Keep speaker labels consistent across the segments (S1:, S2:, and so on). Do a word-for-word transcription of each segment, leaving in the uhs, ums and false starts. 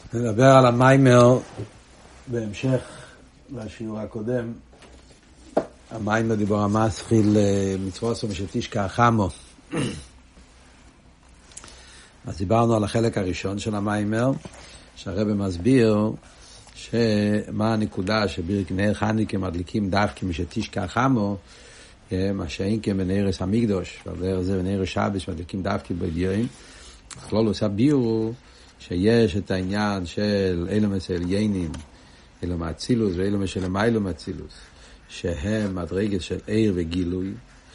S1: נדבר על המיימר בהמשך לשיעור הקודם. המיימר דיבור המסחיל מצוות ומשתישכח חמו. אז דיברנו על החלק הראשון של המיימר, שהרבא מסביר שמה הנקודה שבירק נר חנוכה מדליקים דווקא משתישכח חמו, מה שאין כן בנרס המקדוש, ועל זה בנרס שבת מדליקים דווקא בידיעים. כלול עושה ביור שיש את העניין של אילום עליינים, אילום האצילוס ואילום של מיילום האצילוס, שהם מדרגת של עיר וגילוי,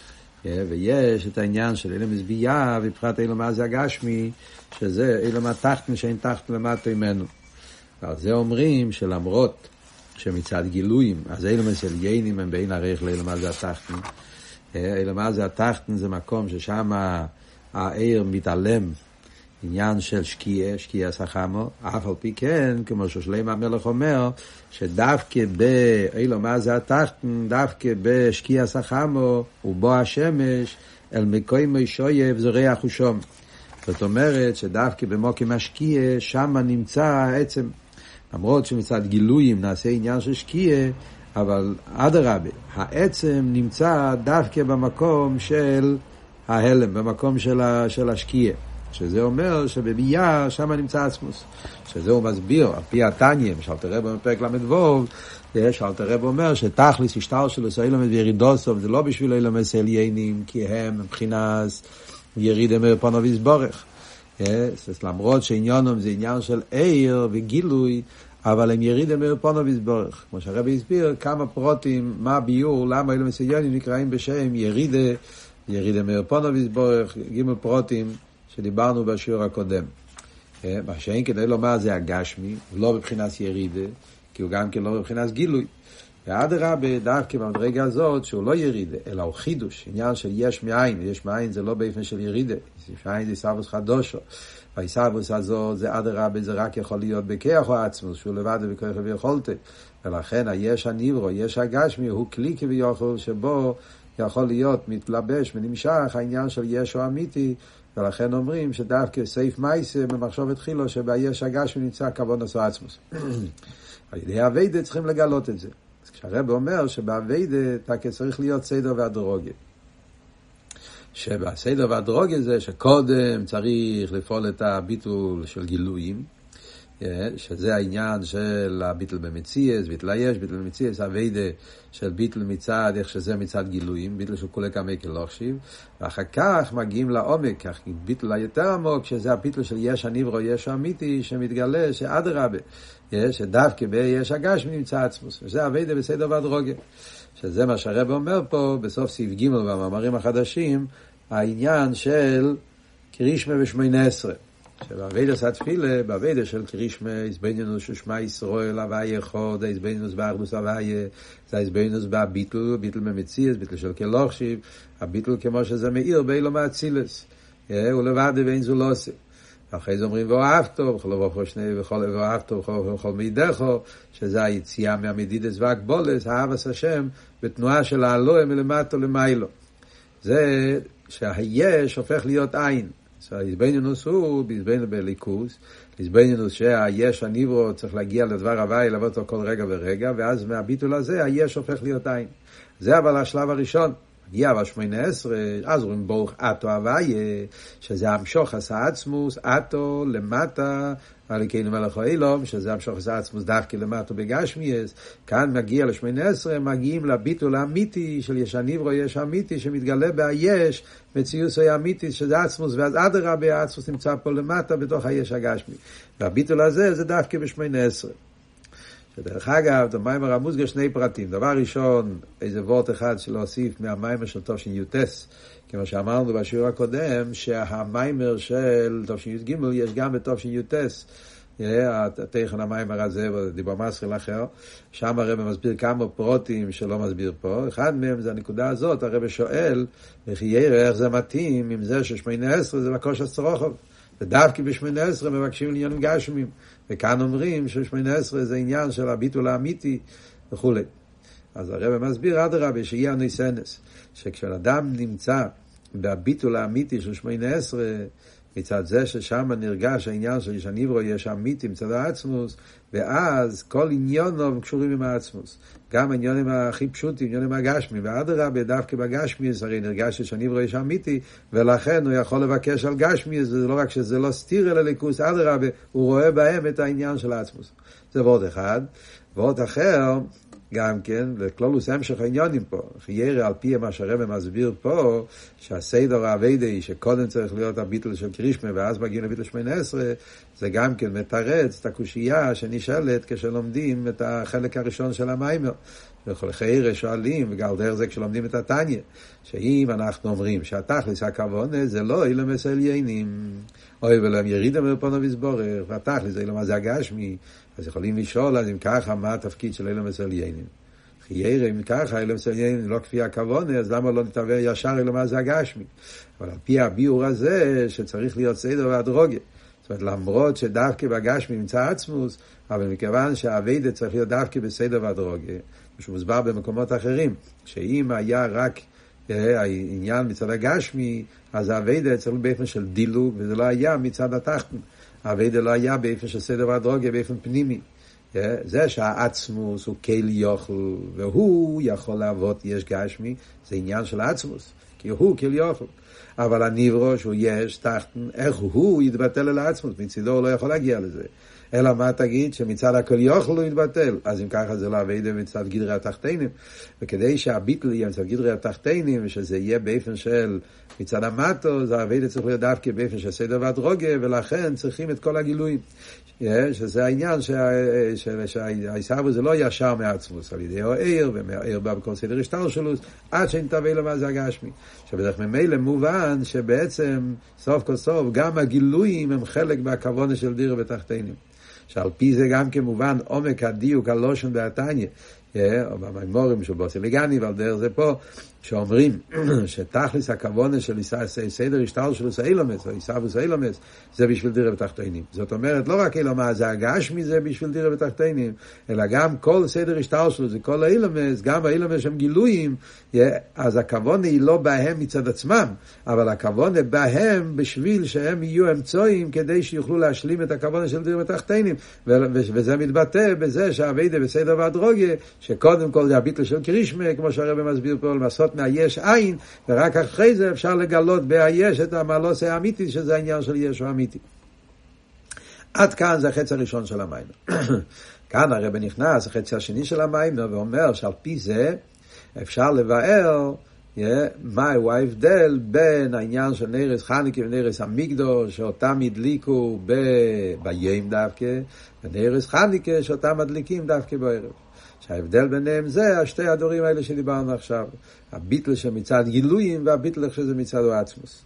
S1: ויש את העניין של אילום הסבייה ובפרט אילום הזה הגשמי, שזה אילום התחתן שאין תחתן למטה ממנו. ועל זה אומרים שלמרות שמצד גילויים, אז אילום עליינים הם בין ערך לאילום הזה התחתן. אילום הזה התחתן זה מקום ששם העיר מתעלם, עניין של שקיעה, שקיעה סחמו, אף על פי כן, כמו ששלמה המלך אומר, שדווקא באילו מה זה התחתן, דווקא בשקיעה סחמו, ובו השמש, אל מקוי משויב זורח ושום. זאת אומרת, שדווקא במוקים השקיעה, שם נמצא העצם. למרות שמצד גילויים נעשה עניין של שקיעה, אבל אדרבה, העצם נמצא דווקא במקום של ההלם, במקום של, ה, של השקיעה. שזה אומר שבבייה שם נמצא עצמוס, שזה הוא מסביר על פי התניא, שאלתר רב בפרק למדבוב, שאלתר רב אומר שתכלס השטר שלו סוילום וירידוסום זה לא בשביל אילום עליינים, כי הם מבחינת ירידה מרפונו ויסבורך, למרות שעניונם זה עניין של עיר וגילוי, אבל הם ירידה מרפונו ויסבורך, כמו שהרב הסביר כמה פרוטים, מה ביור, למה אילום עליינים נקראים בשם ירידה, ירידה מרפונו ויסבורך, גימל פרוטים שדיברנו בשיעור הקודם. מה שאין כדי לומר זה הגשמי, לא בבחינת ירידה, כי הוא גם כן לא בבחינת גילוי. והאדרבה דווקא במדרגה הזאת, שהוא לא ירידה, אלא הוא חידוש, עניין של יש מאין, יש מאין זה לא באופן של ירידה, יש מאין זה עיסאוויס חדושו, והעיסאוויס הזאת זה אדרבה, זה רק יכול להיות בכוח או עצמוס, שהוא לבד ובכוח ויכולת, ולכן היש הניברו, יש הגשמי, הוא כלי כביכול שבו יכול להיות מתלבש ונמשך העניין של יש או אמיתי, ולכן אומרים שדווקא סייף מייסה במחשוב התחילו שביש הגשמי נמצא כבון עשו עצמוס. על ידי הווידה צריכים לגלות את זה. אז כשהרב אומר שבהווידה תקה צריך להיות סדר והדרוגיה. שבסדר והדרוגיה זה שקודם צריך לפעול את הביטול של גילויים, שזה העניין של הביטל במציאס, ביטל היש, ביטל במציאס, הווידה של ביטל מצד, איך שזה מצד גילויים, ביטל של כולי כמי כלוכשיב, ואחר כך מגיעים לעומק, כך ביטל היותר עמוק, שזה הביטל של יש הניברו, יש האמיתי, שמתגלה, שעד רבה, שדווקא ביש הגשמי נמצא עצמוס, וזה הווידה בסדר והדרוגיה, שזה מה שהרב אומר פה, בסוף סעיף ג' במאמרים החדשים, העניין של קרישמה ושמונה עשרה, שבאביידס התפילה, באביידס של קרישמה, הסבינינוס ששמה ישראל, הוויה חוד, הסבינינוס באחדוס הוויה, זה הסבינינוס בביטל, ביטל במציאס, ביטל של כלוכשיב, הביטל כמו שזה מאיר, באילום האצילס, הוא לבד ואין זו לא עושה. אחרי זה אומרים, ואהבתו, וכל ובכל שני, ואהבתו, וכל מידךו, שזה היציאה מהמדידס והגבולס, אהבס השם, בתנועה של האלוהים מלמטו למיילו. זה שהיש הופך להיות עין. הסבינינוס הוא, בסבינינוס בליכוס, הסבינינוס שהיש הניברו צריך להגיע לדבר הוואי, לעבוד אותו כל רגע ורגע, ואז מהביטול הזה היש הופך להיות עין. זה אבל השלב הראשון. הגיע בשמונה עשרה, אז רואים ברוך אתו הוואי, שזה המשוך עשה עצמוס, אתו למטה, הלכינו מלך האילום, שזה המשוך עשה עצמוס דווקא למטה בגשמיאס, כאן מגיע לשמונה עשרה, מגיעים לביטול האמיתי של יש הניברו, יש האמיתי, שמתגלה בהיש, מציאוס האמיתי, שזה עצמוס, ואז אדרבה העצמוס נמצא פה למטה, בתוך היש הגשמי. והביטול הזה, זה דווקא בשמונה עשרה. שדרך אגב, במיימר המוסגר שני פרטים. דבר ראשון, איזה וורט אחד שלא הוסיף מהמיימר של תושין יוטס, כמו שאמרנו בשיעור הקודם, שהמיימר של תושין י"ג יש גם בתושין יוטס, התכן המיימר הזה, דיבר מסחיל אחר, שם הרב מסביר כמה פרוטים שלא מסביר פה, אחד מהם זה הנקודה הזאת, הרב שואל, וכי יראה איך זה מתאים עם זה ששמונה עשרה זה מקוש הצרוכוב, ודווקא בשמונה עשרה מבקשים לעניינים גשמים, וכאן אומרים ששמונה עשרה זה עניין של הביטול האמיתי וכו'. אז הרב מסביר אדרבה שיהיה הניסנס, שכשאדם נמצא בביטול האמיתי של שמונה עשרה, מצד זה ששם נרגש העניין של איש הניברו יש אמיתי מצד העצמוס, ואז כל עניונם קשורים עם העצמוס. גם העניינים הכי פשוטים, עניינים הגשמי, ואדרבה דווקא בגשמי, הרי נרגש איש הניברו יש אמיתי, ולכן הוא יכול לבקש על גשמי, זה לא רק שזה לא סתיר אלא ליכוס, אדרבה, הוא רואה בהם את העניין של העצמוס. זה ועוד אחד. ועוד אחר, גם כן, לכלולוס המשך העניונים פה, חיירה על פי מה שהרבא מסביר פה, שהסדר העבדי שקודם צריך להיות הביטל של קרישמה ואז מגיעים לביטל שמונה עשרה, זה גם כן מתרץ את הקושייה שנשאלת כשלומדים את החלק הראשון של המיימר. וכל חיירה שואלים, וגם דרך זה כשלומדים את התניה, שאם אנחנו אומרים שהתכלס הכוונה זה לא אילומס עליינים, אוי ולהם ירידה מרפונו ויסבורך, והתכלס זה אילומס הגשמי, אז יכולים לשאול, אז אם ככה, מה התפקיד של אילומס עליינים? חיירה, אם ככה, אילומס עליינים לא כפי הכוונה, אז למה לא נתעבר ישר אילומס הגשמי? אבל על פי הביאור הזה, שצריך להיות סדר והדרוגיה. זאת אומרת, למרות שדווקא בגשמי נמצא עצמוס, אבל מכיוון שהעבודה צריך להיות דווקא בסדר והדרוגיה, שהוא מוסבר במקומות אחרים, שאם היה רק העניין מצד הגשמי, אז העבודה צריך באופן של דילוג, וזה לא היה מצד התחתון. העבודה לא היה באופן של סדר והדרוגיה, באופן פנימי. זה שהעצמוס הוא קל יוכל, והוא יכול לעבוד יש גשמי, זה עניין של העצמוס, כי הוא קל יוכל. אבל הניברו שהוא יש תחתון, איך הוא יתבטל אל העצמוס, מצידו הוא לא יכול להגיע לזה. אלא מה תגיד? שמצד הכל יוכל הוא יתבטל. אז אם ככה זה לא עבודה מצד גדרי התחתינים. וכדי שהביטל יהיה מצד גדרי התחתינים, ושזה יהיה באופן של מצד המטו, זה עבודה צריך להיות דווקא באופן של סדר והדרוגיה, ולכן צריכים את כל הגילויים. שזה העניין שהעיסאוו זה לא ישר מעצמוס, על ידי העיר, והעיר בא בכל סדר השטר שלו, עד שנתווה לו מה זה הגשמי. שבדרך ממילא מובן שבעצם סוף כל סוף גם הגילויים הם חלק מהכוונה של דירה בתחתינים. שעל פי זה גם כמובן עומק הדיוק הלושן והתניה, או במיימורים של בוסי לגני, ועל דרך זה פה, שאומרים שתכלס הכוונה של סדר השטר שלו סאילומס, או עיסאוו סאילומס, זה בשביל דירה בתחתינים. זאת אומרת, לא רק אילומה, זה הגשמי זה בשביל דירה בתחתינים, אלא גם כל סדר השטר שלו, זה כל האילומס, גם האילומס שהם גילויים, אז הכוונה היא לא בהם מצד עצמם, אבל הכוונה בהם בשביל שהם יהיו אמצעים, כדי שיוכלו להשלים את הכוונה של דירה בתחתינים, וזה מתבטא בזה שהעבודה בסדר והדרוגיה, שקודם כל זה הביטל של קרישמה, כמו שהרבא מסביר פה, לעשות מהיש עין, ורק אחרי זה אפשר לגלות בהיש את המעלוס האמיתי, שזה העניין של ישו אמיתי. עד כאן זה החצי הראשון של המים. כאן הרבא נכנס, החצי השני של המים, ואומר שעל פי זה אפשר לבאר מהו ההבדל בין העניין של נרס חנוכה ונרס המקדוש, שאותם הדליקו ביום דווקא, ונרס חנוכה שאותם מדליקים דווקא בערב. שההבדל ביניהם זה השתי הדורים האלה שדיברנו עכשיו, הביטל שמצד גילויים והביטל שזה מצד העצמוס.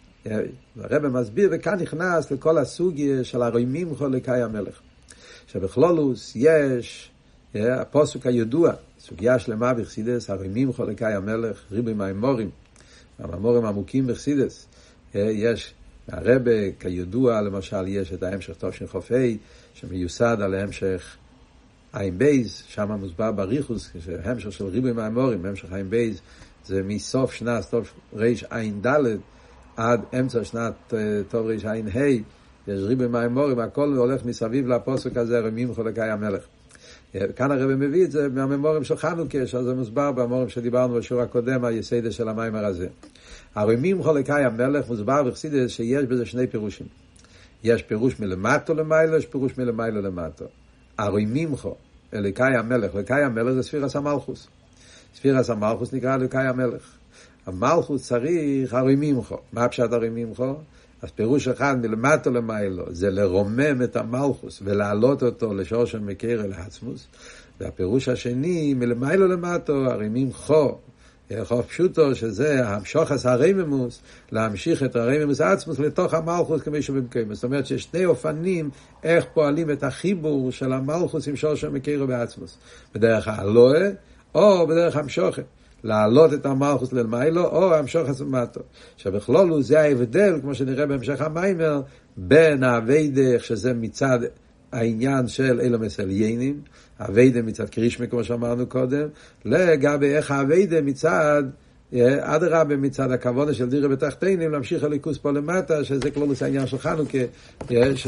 S1: הרב מסביר, וכאן נכנס לכל הסוגיה של הרומים חולקי המלך, שבכלולוס יש הפוסק הידוע, סוגיה שלמה בחסידס, הרומים חולקי המלך, ריבי מהאמורים, המאמורים עמוקים בחסידס. יש הרב כידוע, למשל יש את ההמשך תושן חופי שמיוסד על ההמשך עין בייז, שם מוסבר בריחוס, שהמשך של ריבוי מהאמורים, המשך עין בייז, זה מסוף שנת טוב ריש עין ד' עד אמצע שנת טוב ריש עין ה', יש ריבוי מהאמורים, הכל הולך מסביב לפוסק הזה, רמים חולקי המלך. כאן הרב מביא את זה מהממורים של חנוכה, שזה מוסבר במורים שדיברנו בשיעור הקודם, היסדה של המיימר הזה. הרמים חולקי המלך מוסבר בחסידס שיש בזה שני פירושים. יש פירוש מלמטו למיילו, יש פירוש מלמיילו למטו. הרומים חו, אלוקי המלך, אלוקי המלך זה ספירס המלכוס. ספירס המלכוס נקרא אלוקי המלך. המלכוס צריך הרומים חו. מה פשט הרומים חו? אז פירוש אחד מלמטו למיילו, זה לרומם את המלכוס ולהעלות אותו לשורשן מקיר אל העצמוס. והפירוש השני מלמיילו למטו, הרומים חו, חוף פשוטו, שזה המשוחס הרממוס, להמשיך את הרממוס העצמוס לתוך המלכוס כמי שבמקום. זאת אומרת שיש שני אופנים איך פועלים את החיבור של המלכוס עם שורשן מקיר בעצמוס. בדרך העלוה או בדרך המשוחת. להעלות את המלכוס ללמיילו או המשוחס למטו. שבכלולו זה ההבדל, כמו שנראה בהמשך המיימר, בין העבודה שזה מצד העניין של אילומס עליינים, העבודה מצד קרישמה כמו שאמרנו קודם, לגבי איך העבודה מצד אדרבה מצד הכוונה של דירה בתחתינים להמשיך הליכוס פה למטה, שזה כבר נושא העניין של חנוכה, ש,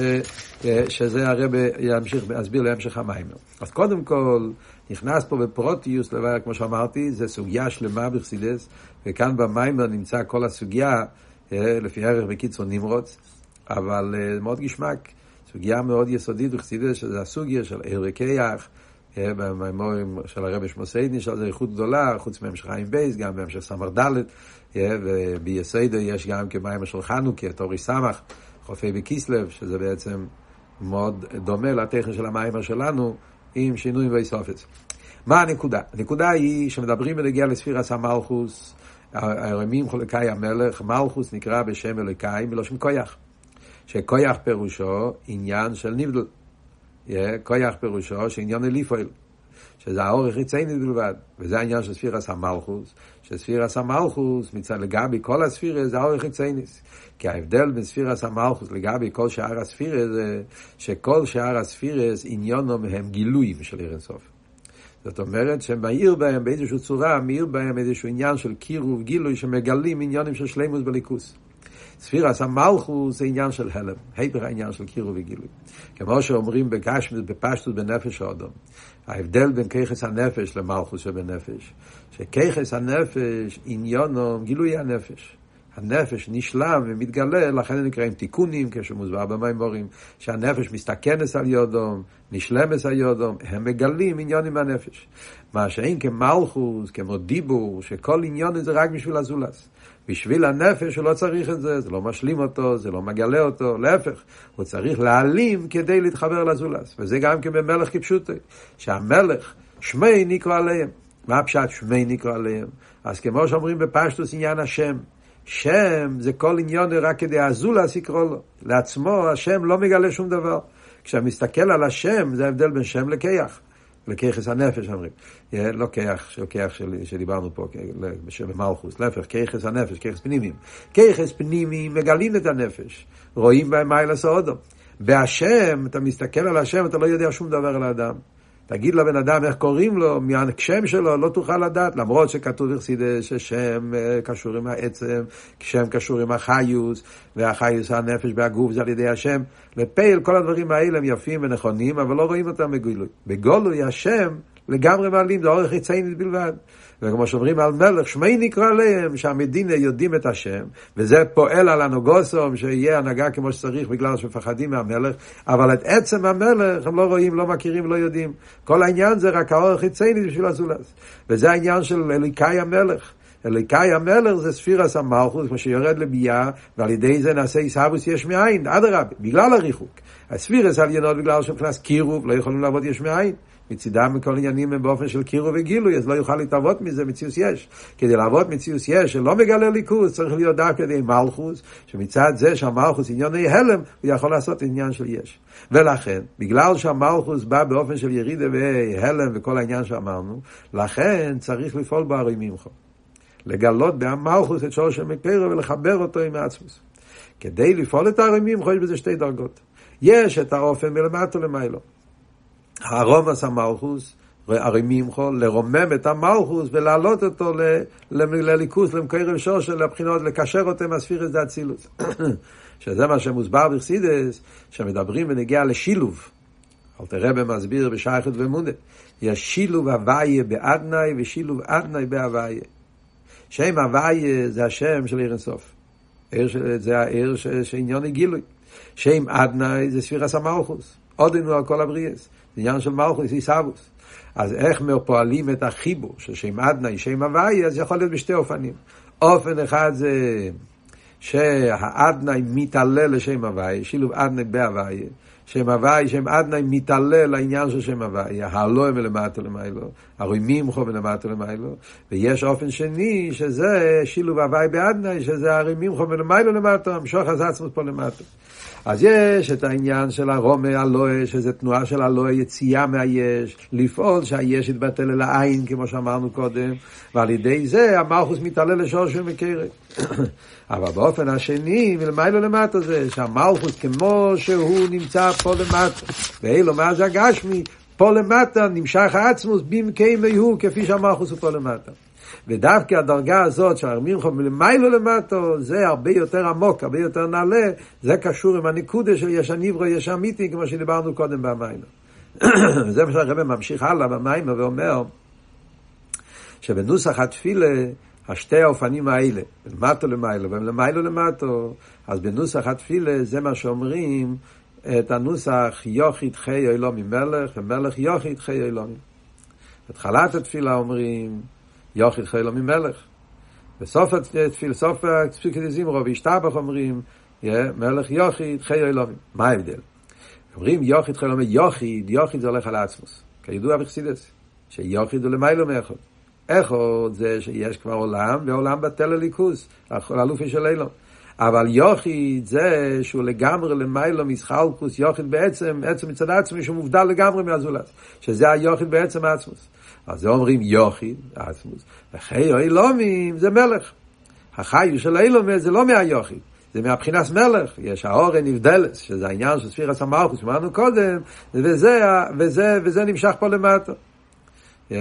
S1: שזה הרב ימשיך להסביר להמשך המים. אז קודם כל נכנס פה בפרוטיוס, לבעיה, כמו שאמרתי, זה סוגיה שלמה בחסידות, וכאן במיימר נמצא כל הסוגיה לפי ערך בקיצור נמרוץ, אבל מאוד גשמק, סוגיה מאוד יסודית בחסידות, שזה הסוגיה של עיר וכיח, במיימורים של הרב שמוסיידני, של זה איכות גדולה, חוץ מהמשך חיים בייס, גם בהמשך סמר דלת, וביסיידו יש גם כמיימר של חנוכה, תורי סמך, חופי בקיסלב, שזה בעצם מאוד דומה לטכן של המיימר שלנו, עם שינוי ואיסופס. מה הנקודה? הנקודה היא שמדברים בנגיע לספירס המלכוס, הרמים חולקאי המלך, מלכוס נקרא בשם אלוקאי מלושן כויח, שכויח פירושו עניין של נבדל, כויח פירושו שעניין אליפויל, שזה האורך חיצייני בלבד, וזה העניין של ספירס המלכוס, שספירס המלכוס מצד לגבי כל הספירס זה האורך חיצייני, כי ההבדל בין ספירס המלכוס לגבי כל שאר הספירס זה שכל שאר הספירס עניונם הם גילויים של עיר אינסוף. זאת אומרת שמאיר בהם באיזושהי צורה, מאיר בהם איזשהו עניין של קירוב, גילוי שמגלים עניינים של שלימוס בליכוס. ספירס המלכוס זה עניין של הלם, היפר העניין של קירוב וגילוי. כמו שאומרים בגשמיות, בפשטות בנפש האדם. ההבדל בין כיחס הנפש למלכוס שבנפש, שכיחס הנפש עניונם גילוי הנפש. הנפש נשלם ומתגלה, לכן נקראים תיקונים, כשמוסבר במיימורים, שהנפש מסתכנס על יודום, נשלמס על יודום, הם מגלים עניונים מהנפש. מה שאין כמלכוס, כמו דיבור, שכל עניון זה רק בשביל הזולס. בשביל הנפש הוא לא צריך את זה, זה לא משלים אותו, זה לא מגלה אותו, להפך, הוא צריך להעלים כדי להתחבר לזולס. וזה גם כבמלך כפשוטי, שהמלך שמי נקרא עליהם. מה הפשט שמי נקרא עליהם? אז כמו שאומרים בפשטוס עניין השם, שם זה כל עניון רק כדי הזולס יקרוא לו. לעצמו השם לא מגלה שום דבר. כשמסתכל על השם זה ההבדל בין שם לכיח. לכיחס הנפש אומרים. לא כיח, כיח שדיברנו פה, בשם מלכוס. להפך, כיחס הנפש, כיחס פנימיים. כיחס פנימיים מגלים את הנפש. רואים בהם מה אלס האודום. בהשם, אתה מסתכל על השם, אתה לא יודע שום דבר על האדם. תגיד לבן אדם איך קוראים לו, מהשם שלו לא תוכל לדעת, למרות שכתוב בחסידות ששם קשור עם העצם, שם קשור עם החיוס, והחיוס הנפש בהגוף זה על ידי השם. לפעיל כל הדברים האלה הם יפים ונכונים, אבל לא רואים אותם בגילוי. בגילוי השם לגמרי מעלים, זה אורך חיצייני בלבד. וכמו שאומרים על מלך, שמי נקרא להם, שהמדינה יודעים את השם, וזה פועל על הנוגוסום, שיהיה הנהגה כמו שצריך, בגלל שמפחדים מהמלך, אבל את עצם המלך הם לא רואים, לא מכירים, לא יודעים. כל העניין זה רק האורך חיצייני בשביל הזולס. וזה העניין של אלוקאי המלך. אלוקאי המלך זה ספירס המלכות, כמו שיורד לביאה, ועל ידי זה נעשה עיסאוויס יש מאין, אדרבה, בגלל הריחוק. הספירס העליונות בגלל שמכנס קירוב, לא יכולים לעבוד יש מאין. מצידם מכל עניינים הם באופן של קירוב וגילוי, אז לא יוכל להתעבוד מזה מציאוס יש. כדי לעבוד מציאוס יש, שלא מגלה ליכוס, צריך להיות דווקא כדי מלכוס, שמצד זה שהמלכוס ענייני הלם, הוא יכול לעשות עניין של יש. ולכן, בגלל שהמלכוס בא באופן של ירידה והלם וכל העניין שאמרנו, לכן צריך לפעול בערי ממך. לגלות במלכוס את שורש המקרה ולחבר אותו עם העצמוס. כדי לפעול את הערי ממך יש בזה שתי דרגות. יש את האופן מלמטה למיילו. הרומס המלכוס, הרימימחו, לרומם את המלכוס ולהעלות אותו לליכוס, למקרב שורש, לבחינות, לקשר אותו עם הספירס דה אצילוס. שזה מה שמוסבר בחסידות, שמדברים ונגיע לשילוב. אל תראה במסביר בשייכות ומונה. יש שילוב הוויה באדנאי ושילוב אדנאי בהוויה. שם הוויה זה השם של עיר אינסוף. זה העיר שעניון הגילוי. שם אדנאי זה ספירס המלכוס. עודנו על כל הבריאס. זה עניין של מלכוס עיסאוויס. אז איך פועלים את החיבור של שם אדנאי, שם הוויה, אז יכול להיות בשתי אופנים. אופן אחד זה שהאדנאי מתעלה לשם הוויה, שילוב אדנאי בהוויה. שם הוויה, שם אדנאי מתעלה לעניין של שם הוויה, הלוי מלמטה למיילו, הרימים חו מלמטה למיילו, ויש אופן שני שזה שילוב הוויה באדנאי, שזה הרימים חו מלמיילו למטה, המשוך הזה עצמות פה למטה. אז יש את העניין של הרומא הלוי, שזה תנועה של הלוי, יציאה מהיש, לפעול שהיש יתבטל אל העין, כמו שאמרנו קודם, ועל ידי זה המלכוס מתעלה לשורש ומקרה. אבל באופן השני, מלמיילו למטה זה, שהמלכוס כמו שהוא נמצא פה למטה, ואילו מה זה הגשמי, פה למטה נמשך העצמוס, במקי מיהו, כפי שהמלכוס הוא פה למטה. ודווקא הדרגה הזאת של הרמימחו מלמיילו למטו, זה הרבה יותר עמוק, הרבה יותר נעלה, זה קשור עם הנקודה של יש הניברו, יש אמיתי, כמו שדיברנו קודם במיימר. זה מה שהרבא ממשיך הלאה במיימר ואומר, שבנוסח התפילה, השתי האופנים האלה, למטו למיילו ולמיילו למטו, אז בנוסח התפילה זה מה שאומרים, את הנוסח יוחיד חי אלוהים מלך, ומלך יוחיד חי אלוהים. בתחילת התפילה אומרים, יוחיד חי אלוהים מלך. בסוף התפילה, סוף הפסוק דזמרה וישתבח אומרים, מלך יוחיד חי אלוהים. מה ההבדל? אומרים יוחיד חי אלוהים, יוחיד, יוחיד זה הולך על עצמוס. כידוע בחסידות, שיוחיד הוא למיילו מאחד. אחד זה שיש כבר עולם, ועולם בטל הליכוז, אלופי של אילון. אבל יוחיד זה שהוא לגמרי למיילו מסחלקוס, יוחיד בעצם, עצם מצד עצמי שהוא מובדל לגמרי מהזולת, שזה היוחיד בעצם עצמוס. אז זה אומרים יוחיד, עצמוס, וחי אילומים זה מלך. החי של אילום זה לא מהיוחיד, זה מהבחינס מלך. יש האור נבדלס, שזה העניין של ספירס המלכות, שאמרנו קודם, וזה, וזה, וזה נמשך פה למטה. Yeah.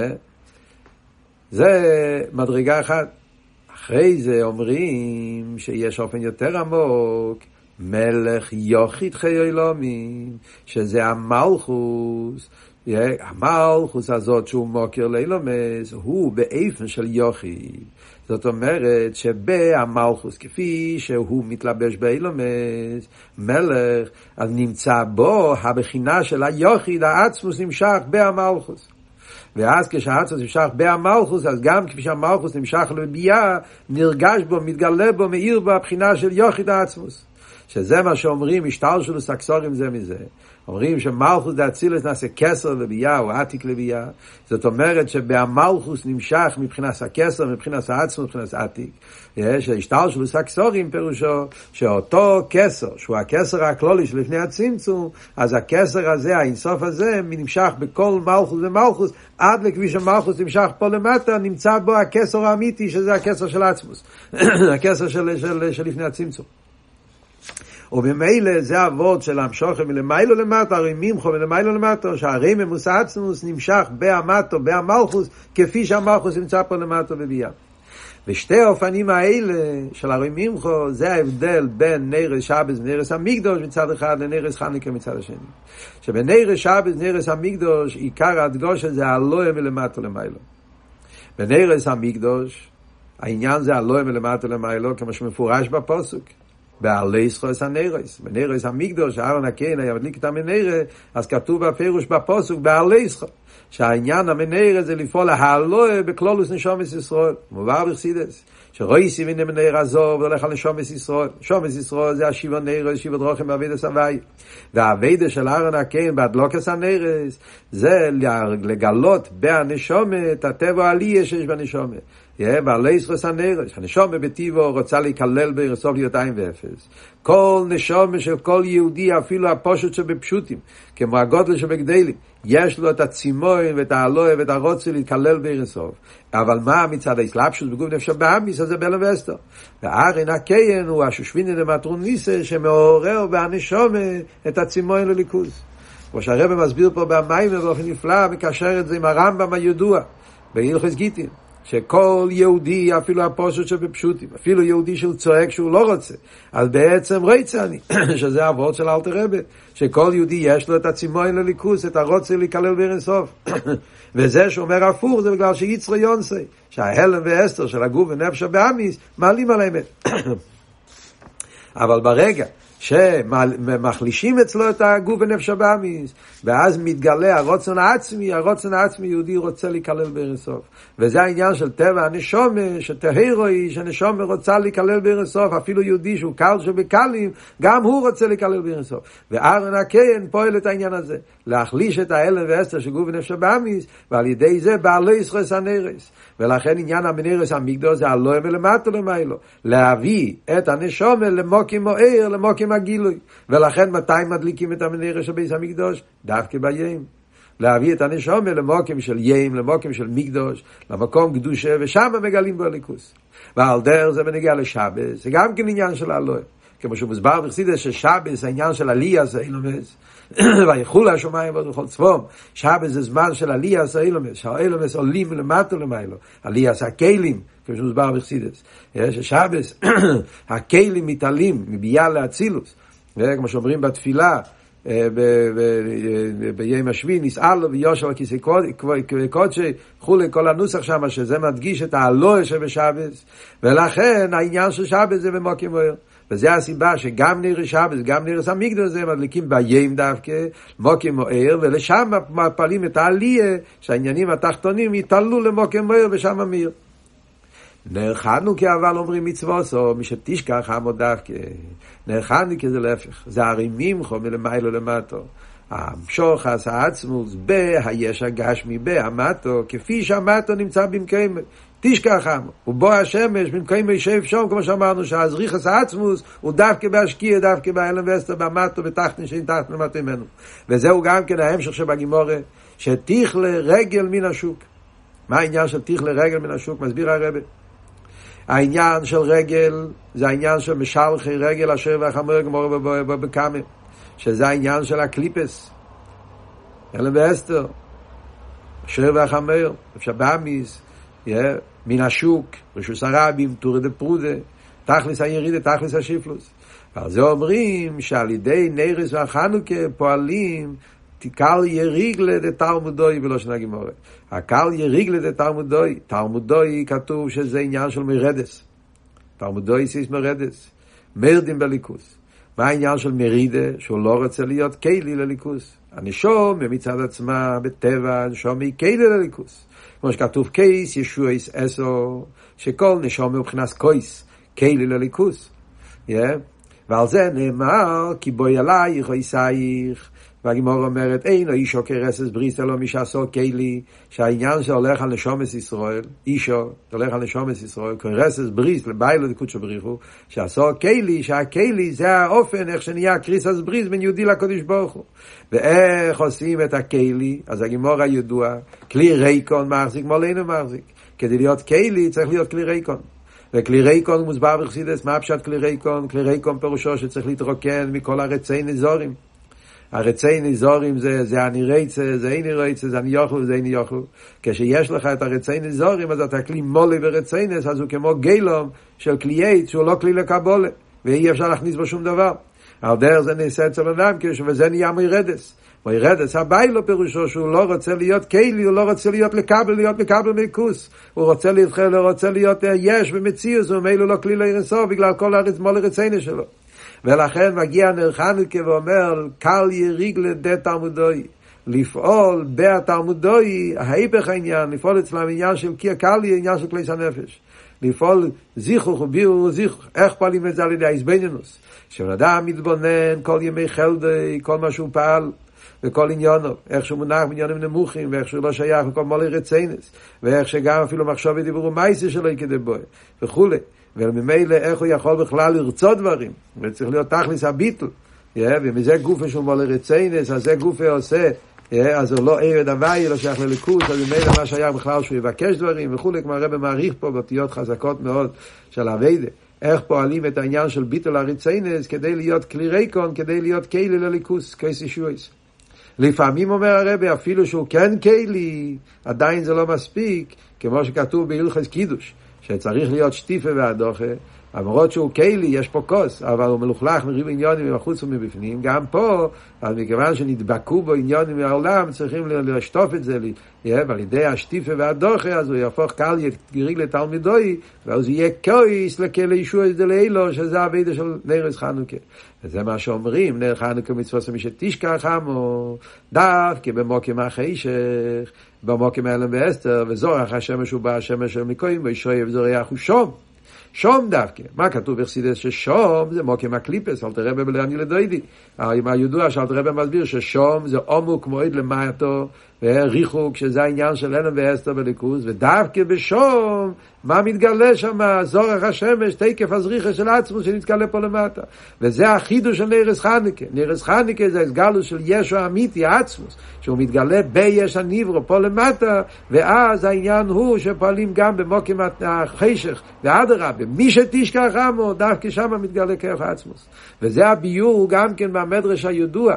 S1: זה מדרגה אחת. אחרי זה אומרים שיש אופן יותר עמוק, מלך יוחיד חי אילומים, שזה המלכוס, המלכוס הזאת שהוא מוקר לאילומס, הוא באיפן של יוחיד. זאת אומרת שבהמלכוס, כפי שהוא מתלבש באילומס, מלך, אז נמצא בו הבחינה של היוחיד, העצמוס נמשך בהמלכוס. ואז כשהעצמוס נמשך בהמלכוס, אז גם כפי שהמלכוס נמשך לביאה, נרגש בו, מתגלה בו, מאיר בו הבחינה של יוחיד העצמוס. שזה מה שאומרים, השתלשלוס הקסורים זה מזה. אומרים שמלכוס דאצילס נעשה כסר לביאה, או עתיק לביאה. זאת אומרת שבהמלכוס נמשך מבחינת הכסר, מבחינת העצמוס, מבחינת עתיק. יש השתלשלוס הקסורים פירושו, שאותו כסר, שהוא הכסר הכלולי שלפני הצמצום, אז הכסר הזה, האינסוף הזה, נמשך בכל מלכוס ומלכוס, עד לכביש המלכוס נמשך פה למטה, נמצא בו הכסר האמיתי, שזה הכסר של עצמוס. הכסר של, של, של לפני הצמצום. ובמילא זה העבוד של המשוכם מלמיילו למטה, הרי מימחו מלמיילו למטה, שהרי ממוס עצמוס נמשך בהמטו, בהמלכוס, כפי שהמלכוס נמצא פה למטה בביאה. ושתי האופנים האלה של הרי מימחו, זה ההבדל בין נרס שבס ונרס המקדוש מצד אחד לנרס חנוכה מצד השני. שבנרס שבס ונרס המקדוש, עיקר הדגוש זה הלואה מלמטה למיילו. בנרס המקדוש, העניין זה הלואה מלמטה למיילו, כמו שמפורש בפסוק. בעלי זכוס הנרס, בנרס המקדוש, אהרון הכהן היה מדליק את המנרה, אז כתוב בפירוש בפסוק, בעלי זכוס, שהעניין המנרה זה לפעול להעלוה בכלולוס נשומס ישראל, מובא בחסידות, שרויסי מן המנרה הזו, והולך על נשומס ישראל, נשומס ישראל זה השיבה נרס, שיבה דרוכם בעבודת הווי, והעבודה של אהרון הכהן בהדלוקת הנרס, זה לגלות בהנשומת, הטבע העלייה שיש בנשומת, בעלי זכוס הנרס, הנשומה בטיבו רוצה להיכלל ברסוף להיות עין ואפס. כל נשומה של כל יהודי, אפילו הפושט שבפשוטים, כמו הגודל שבגדלים, יש לו את הצימון ואת העלוה ואת הרוצה להתכלל ברסוף. אבל מה מצד ההסלאפשות בגוף נפש הבאמיס, אז זה בלם ואסתר. והארן הכהן הוא השושביני למטרון ניסה, שמעורר בהנשומה את הצימון לליכוז. כמו שהרבא מסביר פה במים ובאופן נפלא, מקשר את זה עם הרמב"ם הידוע, בהלכות גיטין. שכל יהודי, אפילו הפושט שבפשוטים, אפילו יהודי שהוא צועק שהוא לא רוצה, אז בעצם רצה אני, שזה העבוד של אלתר רבי, שכל יהודי יש לו את הצימון לליכוס, את הרוצה להיכלל באינסוף. וזה שאומר הפוך, זה בגלל שיצרו יונסי, שההלם והסתר של הגוף ונפש הבאמיס, מעלים על האמת. אבל ברגע שמחלישים אצלו את הגוף ונפש הבאמיס, ואז מתגלה הרוצן העצמי, הרוצן העצמי יהודי רוצה להיכלל באינסוף. וזה העניין של טבע הנשומה, שתהירוי, שנשומה רוצה להיכלל באינסוף, אפילו יהודי שהוא קל שבקלים, גם הוא רוצה להיכלל באינסוף. ואהרון הכהן פועל את העניין הזה, להחליש את ההלם והסתר של גוף ונפש הבאמיס, ועל ידי זה בעלי זכוס הנרס. ולכן עניין המנרס המקדוש זה הלואה מלמטה למיילו, להביא את הנשומה למוקים מואר, למוקים הגילוי. ולכן מתי מדליקים את המנרס של בית המקדוש? דווקא ביום. להביא את הנשומה למוקים של ים, למוקים של מקדוש, למקום קדושה, ושם מגלים בו הליכוס. ועל דרך זה בנגיע לשבס, זה גם כן עניין של הלואה. כמו שמוסבר בחסידות ששבס, העניין של עלייה זה אילומס, ויחול השמיים ובכל צפון. שבת זה זמן של עליית האילומס, שהאילומס עולים למטה למיילו, עליית הכלים, כמו שמוסבר בחסידות. ששבת הכלים מתעלים מביאה לאצילוס, כמו שאומרים בתפילה ביום השביעי, נסעל לו ויושר על כיסא קודשי, חולי כל הנוסח שם, שזה מדגיש את האלוה שבשבת, ולכן העניין של שבת זה במוקי מויר. וזה הסיבה שגם נר שבת, גם נר המקדש זה מדליקים ביום דווקא, מוקי מויר, ולשם מפעלים את העלייה, שהעניינים התחתונים יתעלו למוקי מויר ושם מאיר. נר חנוכה אבל אומרים מצוות, או מי שתשכח עמו דווקא. נר חנוכה זה להפך, זה הרימים חו מלמיילו למטו. המשוך עשה עצמוס בהיש הגשמי בהמטו, כפי שהמטו נמצא במקום תשכח עמו, ובו השמש במקום ישב שום, כמו שאמרנו שהזריח עשה עצמוס הוא דווקא בהשקיע, דווקא באלם וסתר במטו, בתחתן שאין תחתן למטו ממנו. וזהו גם כן ההמשך שבגימורה, שתיך לרגל מן השוק. מה העניין של תיך לרגל מן השוק? מסביר הרב. העניין של רגל זה העניין של משלחי רגל אשר והחמור גמור בקאמה, שזה העניין של הקליפס אלם ואסתר אשר והחמור אפשר באמיס מן השוק רשוס הרבים תורה דפרודה תכלס הירידה תכלס השיפלוס. ועל זה אומרים שעל ידי נרס והחנוכה פועלים קל יריגלה דתלמודוי ולא שנה גמורה. הקל יריגלה דתלמודוי, תלמודוי כתוב שזה עניין של מרדס. תלמודוי סיס מרדס. מרדים בליכוס. מה העניין של מרידה? שהוא לא רוצה להיות כלי לליכוס. הנשום מצד עצמה בטבע, הנשום היא כלי לליכוס. כמו שכתוב קייס, ישוע יש אסו, שכל נשום מבחינת קויס, כלי לליכוס. Yeah. ועל זה נאמר, כי בואי עלייך או יסייך, והגימור אומרת, אין או אישו כרסס בריס אלו מי שעשו כלי, שהעניין שהולך על נשומס ישראל, אישו, הולך על נשומס ישראל, כרסס בריס לביילו דקודשו בריחו, שעשו כלי, שהכלי זה האופן איך שנהיה קריסס בריס בין יהודי לקודש ברוך הוא. ואיך עושים את הכלי? אז הגימור הידוע, כלי ריקון מחזיק, מולנו מחזיק. כדי להיות כלי צריך להיות כלי ריקון. וכלי ריקון מוסבר בחסידות, מה פשט כלי ריקון? כלי ריקון פירושו שצריך להתרוקן מכל הרצי נזורים. הרצי נזורים זה, זה אני רצה, זה איני רצה, זה אני יוכל, זה איני יוכל. כשיש לך את הרצי נזורים, אז אתה כלי מולי ורצי נס, אז הוא כמו גילום של כלי עץ, שהוא לא כלי לקבולה, ואי אפשר להכניס בו שום דבר. על דרך זה נעשה אצל אדם, וזה נהיה מירדס. מירדס, הבאי לו פירושו שהוא לא רוצה להיות כלי, הוא לא רוצה להיות לקבל, להיות מקבל מקוס. הוא רוצה להתחיל, הוא רוצה להיות יש במציאות, הוא מילא לא כלי להירסו, בגלל כל הרצ מולי רצי נס שלו. ולכן מגיע נר חנוכה ואומר קל יריגלה דתלמודוי, לפעול בתלמודוי ההיפך העניין, לפעול אצלם עניין של קל עניין של כלי הנפש, לפעול זיכוך ובירור זיכוך. איך פעלים את זה על ידי ההסבנינוס? שאדם מתבונן כל ימי חלדי, כל מה שהוא פעל וכל עניונו, איך שהוא מונח בעניינים נמוכים, ואיך שהוא לא שייך לכל מולי רצינס, ואיך שגם אפילו מחשוב ודיבור ומייסי שלו כדי בו וכולי. וממילא איך הוא יכול בכלל לרצות דברים, וצריך להיות תכלס הביטל, ומזה גופה שהוא מולי רציינס, אז זה גופה עושה, אז הוא לא עבד הוואי, לא שייך לליכוס, אז ממילא מה שייך בכלל שהוא יבקש דברים וכולי, כמו הרב מעריך פה באותיות חזקות מאוד של הווידה, איך פועלים את העניין של ביטל הרציינס, כדי להיות כלי ריקון, כדי להיות כלי לליכוס, קייס ישועס. לפעמים אומר הרב, אפילו שהוא כן כלי, עדיין זה לא מספיק, כמו שכתוב בהלכות קידוש, שצריך להיות שטיפה והדוחה, למרות שהוא כלי, יש פה כוס, אבל הוא מלוכלך מריב עניונים מבחוץ ומבפנים, גם פה, אז מכיוון שנדבקו בו עניונים מהעולם, צריכים לשטוף את זה, ועל ידי השטיפה והדוחה, אז הוא יהפוך קל יריג לתלמידוי, ואז יהיה כויס לכלי ישוע את זה לאלו, שזה הווידה של נרס חנוכה. וזה מה שאומרים, נר חנוכה מצוות מי שתשכח עמו, דווקא במוקים החשך, במוקים אלם ואסתר, וזורח השמש הוא בא השמש של מקוים, וישרוי וזורח הוא שום. שום דווקא. מה כתוב בחסידות? ששום זה מוקים הקליפס, אל תראה בבלעני לדוידי. הידוע שאל תראה במסביר ששום זה עומק מועד למטו, וריחוק, שזה העניין של אלם ואסתר בליכוז, ודווקא בשום, מה מתגלה שם? זורח השמש, תקף הזריחה של עצמו שנתגלה פה למטה. וזה החידוש של נרס חנוכה. נרס חנוכה זה הסגלוס של ישו אמיתי, עצמוס, שהוא מתגלה ביש הניברו פה למטה, ואז העניין הוא שפועלים גם במוקים החשך, ואדרבה, מי שתשכח עמו, דווקא שם מתגלה כיח עצמוס. וזה הביור גם כן במדרש הידוע,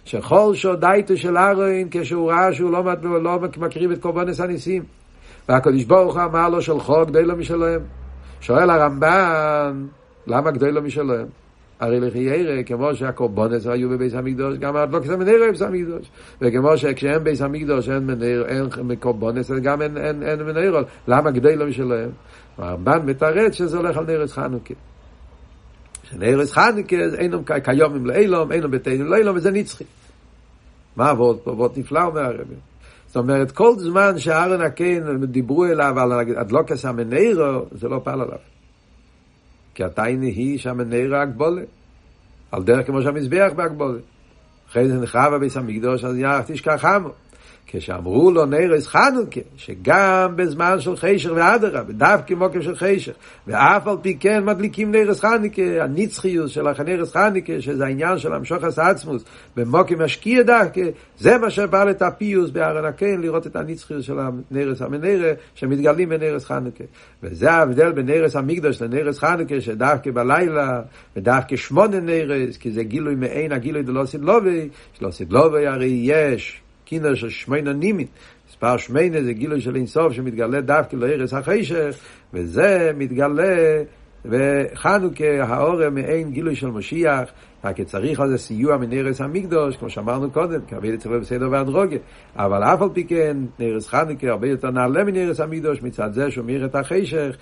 S1: שכל שודאיתו של אהרון, כשהוא ראה שהוא לא, לא מקריב את קורבנס הניסים, והקדוש ברוך הוא אמר לו שלחו גדולו משלהם. שואל הרמב"ן, למה גדולו משלהם? הרי לכי ירא, כמו שהקורבנס היו בבית המקדוש, גם הדלוקת המנורה בבית המקדוש. וכמו שכשאין בית המקדוש אין מנורה, אין קורבנס, גם אין, אין, אין מנורה. למה גדולו משלהם? הרמב"ן מתרץ שזה הולך על נרס חנוכה. שנרס חנוכה אינם כיומים לאילום, אינם בתינו לאילום, וזה נצחי. מה עבוד פה? עבוד נפלא אומר הרבי. זאת אומרת, כל זמן שאהרון הכהן דיברו אליו על הדלוקת המנורה, זה לא פעל עליו. כי התיינה היא שהמנורה הגבולה. על דרך כמו שהמזבח בהגבולה. אחרי זה נחרב בבית המקדוש, אז ירח תשכח עמו. כשאמרו לו נרס חנוכה, שגם בזמן של חשך ואדרה, דווקא מוקף של חשך, ואף על פי כן מדליקים נרס חנוכה, הנצחיות של הנרס חנוכה, שזה העניין של המשוחס העצמוס, במוקף משקיע דווקא, זה מה שבא את הפיוס באהרון הכהן, לראות את הנצחיות של הנרס המנורה, שמתגלים בנרס חנוכה. וזה ההבדל בין נרס המקדוש לנרס חנוכה, שדווקא בלילה, ודווקא שמונה נרס, כי זה גילוי מעין הגילוי דלא סדלובי, שלא סדלובי הרי יש, כינר של שמונה נימין, מספר שמונה זה גילוי של אינסוף שמתגלה דווקא לערס החשך, וזה מתגלה וחנוכה האור מעין גילוי של משיח, רק צריך על זה סיוע מנרס המקדוש, כמו שאמרנו קודם, כי הרבה צריך בסדר ואנדרוגיה, אבל אף על פי כן נרס חנוכה הרבה יותר נעלה מנרס המקדוש, מצד זה שהוא מאיר את החשך,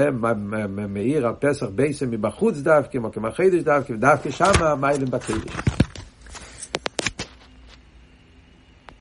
S1: מאיר על פסח בייסם מבחוץ דווקא, כמו כמחדש דווקא, ודווקא שמה מיילים בקדש.